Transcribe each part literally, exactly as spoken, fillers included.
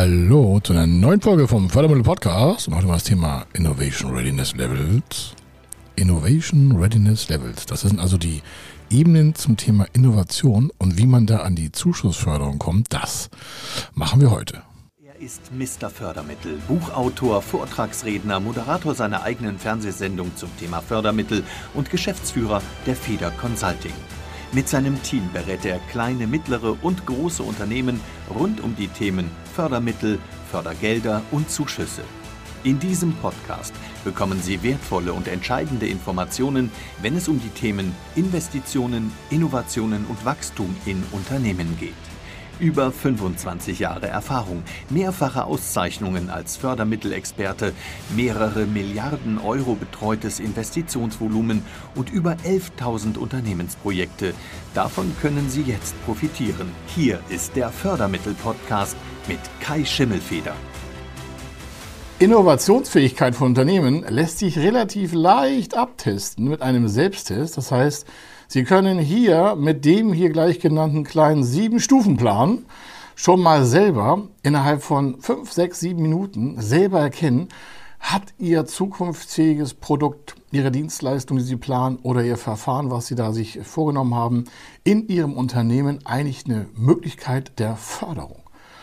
Hallo zu einer neuen Folge vom Fördermittel Podcast und heute mal das Thema Innovation Readiness Levels. Innovation Readiness Levels, das sind also die Ebenen zum Thema Innovation und wie man da an die Zuschussförderung kommt, das machen wir heute. Er ist Mister Fördermittel, Buchautor, Vortragsredner, Moderator seiner eigenen Fernsehsendung zum Thema Fördermittel und Geschäftsführer der Feder Consulting. Mit seinem Team berät er kleine, mittlere und große Unternehmen rund um die Themen Fördermittel, Fördergelder und Zuschüsse. In diesem Podcast bekommen Sie wertvolle und entscheidende Informationen, wenn es um die Themen Investitionen, Innovationen und Wachstum in Unternehmen geht. Über fünfundzwanzig Jahre Erfahrung, mehrfache Auszeichnungen als Fördermittelexperte, mehrere Milliarden Euro betreutes Investitionsvolumen und über elftausend Unternehmensprojekte. Davon können Sie jetzt profitieren. Hier ist der Fördermittel-Podcast mit Kai Schimmelfeder. Innovationsfähigkeit von Unternehmen lässt sich relativ leicht abtesten mit einem Selbsttest. Das heißt, Sie können hier mit dem hier gleich genannten kleinen sieben-Stufen-Plan schon mal selber innerhalb von fünf, sechs, sieben Minuten selber erkennen, hat Ihr zukunftsfähiges Produkt, Ihre Dienstleistung, die Sie planen oder Ihr Verfahren, was Sie da sich vorgenommen haben, in Ihrem Unternehmen eigentlich eine Möglichkeit der Förderung.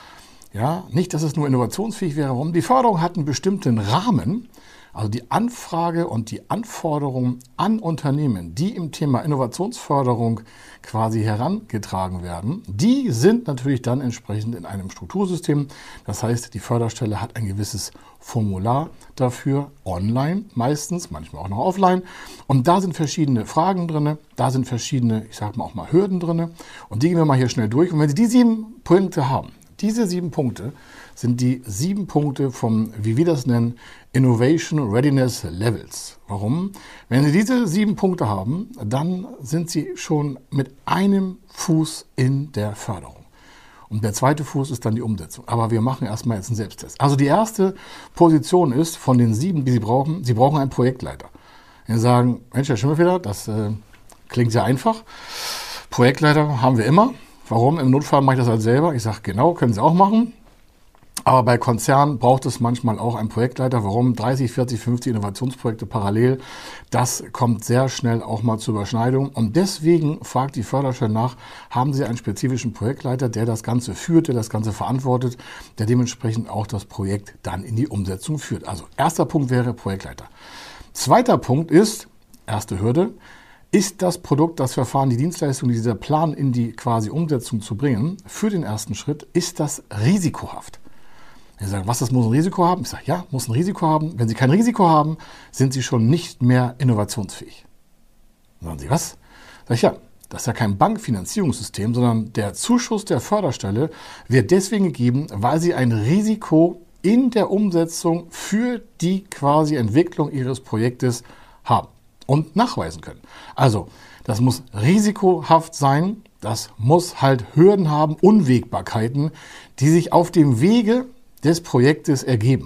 Ja, nicht, dass es nur innovationsfähig wäre. Warum? Die Förderung hat einen bestimmten Rahmen. Also die Anfrage und die Anforderungen an Unternehmen, die im Thema Innovationsförderung quasi herangetragen werden, die sind natürlich dann entsprechend in einem Struktursystem. Das heißt, die Förderstelle hat ein gewisses Formular dafür, online meistens, manchmal auch noch offline. Und da sind verschiedene Fragen drin, da sind verschiedene, ich sage mal auch mal Hürden drin. Und die gehen wir mal hier schnell durch. Und wenn Sie die sieben Punkte haben, diese sieben Punkte sind die sieben Punkte vom, wie wir das nennen, Innovation Readiness Levels. Warum? Wenn Sie diese sieben Punkte haben, dann sind Sie schon mit einem Fuß in der Förderung. Und der zweite Fuß ist dann die Umsetzung. Aber wir machen erstmal jetzt einen Selbsttest. Also die erste Position ist von den sieben, die Sie brauchen, Sie brauchen einen Projektleiter. Wenn Sie sagen, Mensch, Herr Schimmelfeder, das äh, klingt sehr einfach. Projektleiter haben wir immer. Warum? Im Notfall mache ich das halt selber. Ich sage, genau, können Sie auch machen. Aber bei Konzernen braucht es manchmal auch einen Projektleiter. Warum? dreißig, vierzig, fünfzig Innovationsprojekte parallel. Das kommt sehr schnell auch mal zur Überschneidung. Und deswegen fragt die Förderstelle nach, haben Sie einen spezifischen Projektleiter, der das Ganze führt, der das Ganze verantwortet, der dementsprechend auch das Projekt dann in die Umsetzung führt. Also erster Punkt wäre Projektleiter. Zweiter Punkt ist, erste Hürde, ist das Produkt, das Verfahren, die Dienstleistung, dieser Plan in die quasi Umsetzung zu bringen, für den ersten Schritt, ist das risikohaft? Wenn Sie sagen, was, das muss ein Risiko haben? Ich sage, ja, muss ein Risiko haben. Wenn Sie kein Risiko haben, sind Sie schon nicht mehr innovationsfähig. Sagen Sie, was? Sag ich, ja, das ist ja kein Bankfinanzierungssystem, sondern der Zuschuss der Förderstelle wird deswegen gegeben, weil Sie ein Risiko in der Umsetzung für die quasi Entwicklung Ihres Projektes haben und nachweisen können. Also, das muss risikohaft sein, das muss halt Hürden haben, Unwägbarkeiten, die sich auf dem Wege des Projektes ergeben.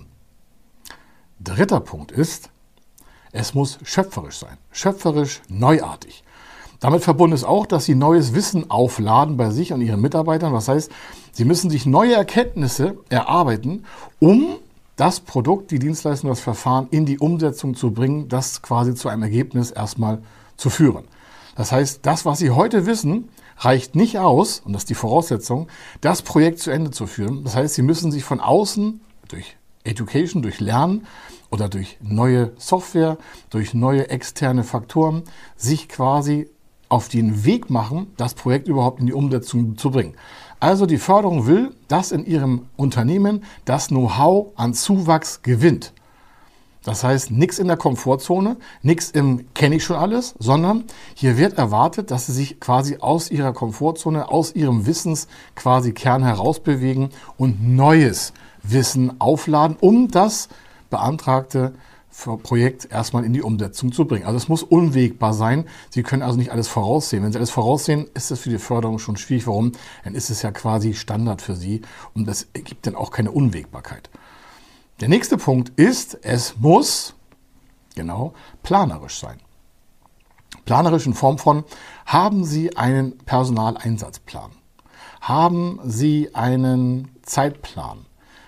Dritter Punkt ist, es muss schöpferisch sein, schöpferisch, neuartig. Damit verbunden ist auch, dass Sie neues Wissen aufladen bei sich und Ihren Mitarbeitern. Das heißt, Sie müssen sich neue Erkenntnisse erarbeiten, um das Produkt, die Dienstleistung, das Verfahren in die Umsetzung zu bringen, das quasi zu einem Ergebnis erstmal zu führen. Das heißt, das, was Sie heute wissen, reicht nicht aus, und das ist die Voraussetzung, das Projekt zu Ende zu führen. Das heißt, Sie müssen sich von außen durch Education, durch Lernen oder durch neue Software, durch neue externe Faktoren sich quasi auf den Weg machen, das Projekt überhaupt in die Umsetzung zu bringen. Also die Förderung will, dass in Ihrem Unternehmen das Know-how an Zuwachs gewinnt. Das heißt, nichts in der Komfortzone, nichts im kenne ich schon alles, sondern hier wird erwartet, dass Sie sich quasi aus Ihrer Komfortzone, aus Ihrem Wissens quasi Kern herausbewegen und neues Wissen aufladen, um das beantragte Projekt erstmal in die Umsetzung zu bringen. Also es muss unwägbar sein. Sie können also nicht alles voraussehen. Wenn Sie alles voraussehen, ist das für die Förderung schon schwierig. Warum? Dann ist es ja quasi Standard für Sie und das gibt dann auch keine Unwägbarkeit. Der nächste Punkt ist, es muss, genau, planerisch sein. Planerisch in Form von, haben Sie einen Personaleinsatzplan? Haben Sie einen Zeitplan?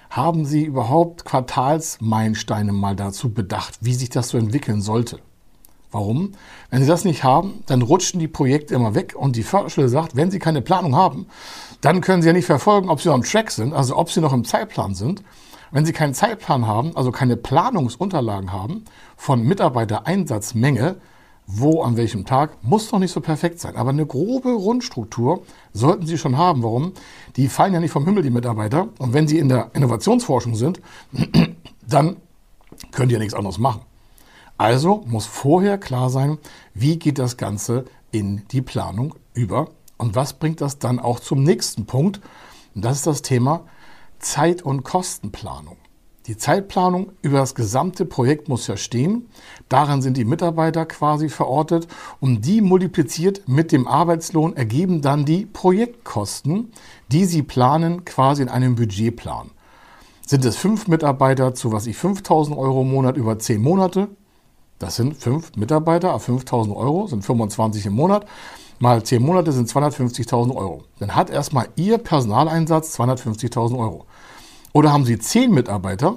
Haben Sie überhaupt Quartalsmeilensteine mal dazu bedacht, wie sich das so entwickeln sollte? Warum? Wenn Sie das nicht haben, dann rutschen die Projekte immer weg und die Förderstelle sagt, wenn Sie keine Planung haben, dann können Sie ja nicht verfolgen, ob Sie noch am Track sind, also ob Sie noch im Zeitplan sind. Wenn Sie keinen Zeitplan haben, also keine Planungsunterlagen haben von Mitarbeitereinsatzmenge, wo an welchem Tag, muss doch nicht so perfekt sein. Aber eine grobe Grundstruktur sollten Sie schon haben. Warum? Die fallen ja nicht vom Himmel, die Mitarbeiter. Und wenn Sie in der Innovationsforschung sind, dann können die ja nichts anderes machen. Also muss vorher klar sein, wie geht das Ganze in die Planung über und was bringt das dann auch zum nächsten Punkt. Und das ist das Thema Zeit- und Kostenplanung. Die Zeitplanung über das gesamte Projekt muss ja stehen. Daran sind die Mitarbeiter quasi verortet und die multipliziert mit dem Arbeitslohn ergeben dann die Projektkosten, die Sie planen quasi in einem Budgetplan. Sind es fünf Mitarbeiter zu was ich fünftausend Euro im Monat über zehn Monate? Das sind fünf Mitarbeiter, auf fünftausend Euro, sind fünfundzwanzig im Monat, mal zehn Monate sind zweihundertfünfzigtausend Euro. Dann hat erstmal Ihr Personaleinsatz zweihundertfünfzigtausend Euro. Oder haben Sie zehn Mitarbeiter,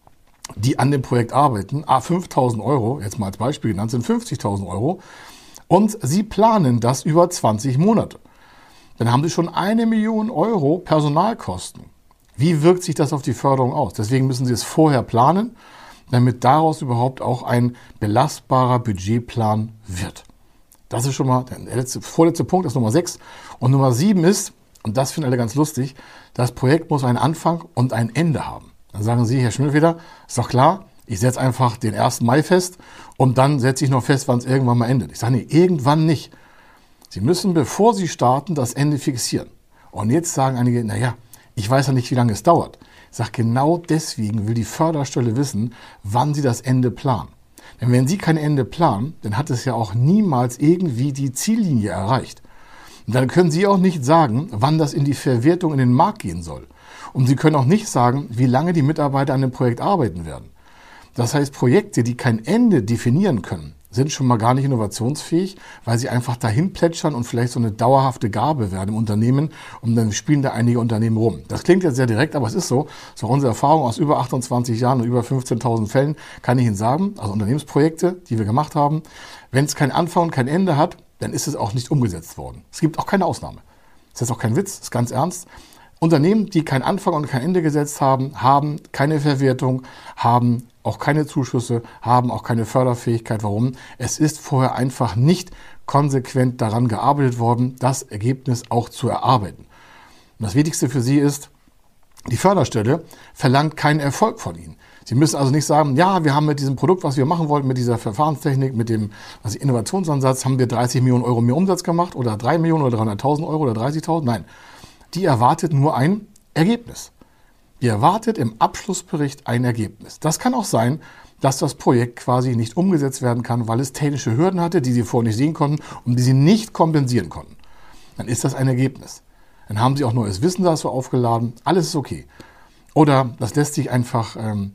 die an dem Projekt arbeiten, a fünftausend Euro, jetzt mal als Beispiel genannt, sind fünfzigtausend Euro, und Sie planen das über zwanzig Monate. Dann haben Sie schon eine Million Euro Personalkosten. Wie wirkt sich das auf die Förderung aus? Deswegen müssen Sie es vorher planen, damit daraus überhaupt auch ein belastbarer Budgetplan wird. Das ist schon mal der letzte, vorletzte Punkt, das ist Nummer sechs. Und Nummer sieben ist, und das finden alle ganz lustig, das Projekt muss einen Anfang und ein Ende haben. Dann sagen Sie, Herr Schimmelfeder, ist doch klar, ich setze einfach den ersten Mai fest und dann setze ich noch fest, wann es irgendwann mal endet. Ich sage, nee, irgendwann nicht. Sie müssen, bevor Sie starten, das Ende fixieren. Und jetzt sagen einige, naja, ich weiß ja nicht, wie lange es dauert. Ich sage, genau deswegen will die Förderstelle wissen, wann sie das Ende planen. Denn wenn Sie kein Ende planen, dann hat es ja auch niemals irgendwie die Ziellinie erreicht. Und dann können Sie auch nicht sagen, wann das in die Verwertung in den Markt gehen soll. Und Sie können auch nicht sagen, wie lange die Mitarbeiter an dem Projekt arbeiten werden. Das heißt, Projekte, die kein Ende definieren können, sind schon mal gar nicht innovationsfähig, weil sie einfach dahin plätschern und vielleicht so eine dauerhafte Gabe werden im Unternehmen und dann spielen da einige Unternehmen rum. Das klingt jetzt sehr direkt, aber es ist so. Das ist auch unsere Erfahrung aus über achtundzwanzig Jahren und über fünfzehntausend Fällen, kann ich Ihnen sagen, also Unternehmensprojekte, die wir gemacht haben. Wenn es keinen Anfang und kein Ende hat, dann ist es auch nicht umgesetzt worden. Es gibt auch keine Ausnahme. Das ist jetzt auch kein Witz, das ist ganz ernst. Unternehmen, die keinen Anfang und kein Ende gesetzt haben, haben keine Verwertung, haben auch keine Zuschüsse, haben auch keine Förderfähigkeit. Warum? Es ist vorher einfach nicht konsequent daran gearbeitet worden, das Ergebnis auch zu erarbeiten. Und das Wichtigste für Sie ist, die Förderstelle verlangt keinen Erfolg von Ihnen. Sie müssen also nicht sagen, ja, wir haben mit diesem Produkt, was wir machen wollten, mit dieser Verfahrenstechnik, mit dem also Innovationsansatz, haben wir dreißig Millionen Euro mehr Umsatz gemacht oder drei Millionen oder dreihunderttausend Euro oder dreißigtausend. Nein, die erwartet nur ein Ergebnis. Die erwartet im Abschlussbericht ein Ergebnis. Das kann auch sein, dass das Projekt quasi nicht umgesetzt werden kann, weil es technische Hürden hatte, die Sie vorher nicht sehen konnten und die Sie nicht kompensieren konnten. Dann ist das ein Ergebnis. Dann haben Sie auch neues Wissen dazu aufgeladen. Alles ist okay. Oder das lässt sich einfach ähm,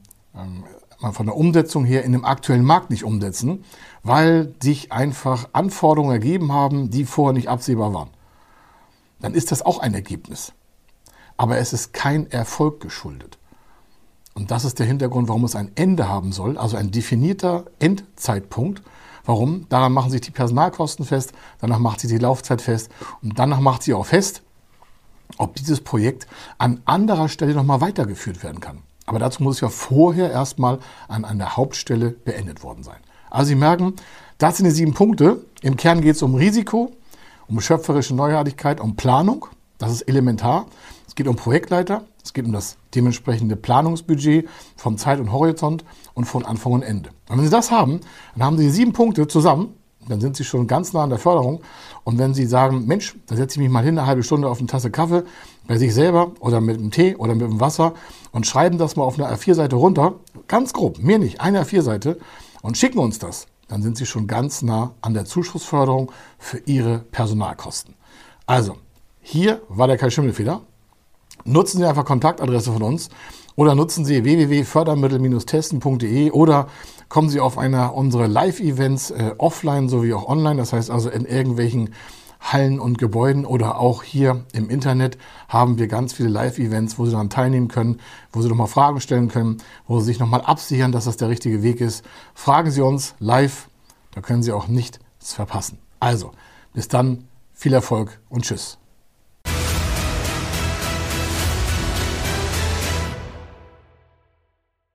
ähm, von der Umsetzung her in dem aktuellen Markt nicht umsetzen, weil sich einfach Anforderungen ergeben haben, die vorher nicht absehbar waren. Dann ist das auch ein Ergebnis. Aber es ist kein Erfolg geschuldet. Und das ist der Hintergrund, warum es ein Ende haben soll, also ein definierter Endzeitpunkt. Warum? Daran machen sich die Personalkosten fest, danach macht sie die Laufzeit fest und danach macht sie auch fest, ob dieses Projekt an anderer Stelle nochmal weitergeführt werden kann. Aber dazu muss es ja vorher erstmal an einer Hauptstelle beendet worden sein. Also Sie merken, das sind die sieben Punkte. Im Kern geht es um Risiko, um schöpferische Neuartigkeit, um Planung. Das ist elementar. Es geht um Projektleiter, es geht um das dementsprechende Planungsbudget vom Zeit- und Horizont und von Anfang und Ende. Und wenn Sie das haben, dann haben Sie die sieben Punkte zusammen, dann sind Sie schon ganz nah an der Förderung. Und wenn Sie sagen, Mensch, da setze ich mich mal hin, eine halbe Stunde auf eine Tasse Kaffee bei sich selber oder mit einem Tee oder mit dem Wasser und schreiben das mal auf eine A vier Seite runter, ganz grob, mehr nicht, eine A vier Seite und schicken uns das, dann sind Sie schon ganz nah an der Zuschussförderung für Ihre Personalkosten. Also, hier war der Kai Schimmelfeder. Nutzen Sie einfach Kontaktadresse von uns oder nutzen Sie w w w punkt fördermittel Bindestrich testen punkt de oder kommen Sie auf einer unserer Live-Events äh, offline sowie auch online, das heißt also in irgendwelchen Hallen und Gebäuden oder auch hier im Internet haben wir ganz viele Live-Events, wo Sie dann teilnehmen können, wo Sie nochmal Fragen stellen können, wo Sie sich nochmal absichern, dass das der richtige Weg ist. Fragen Sie uns live, da können Sie auch nichts verpassen. Also, bis dann, viel Erfolg und tschüss.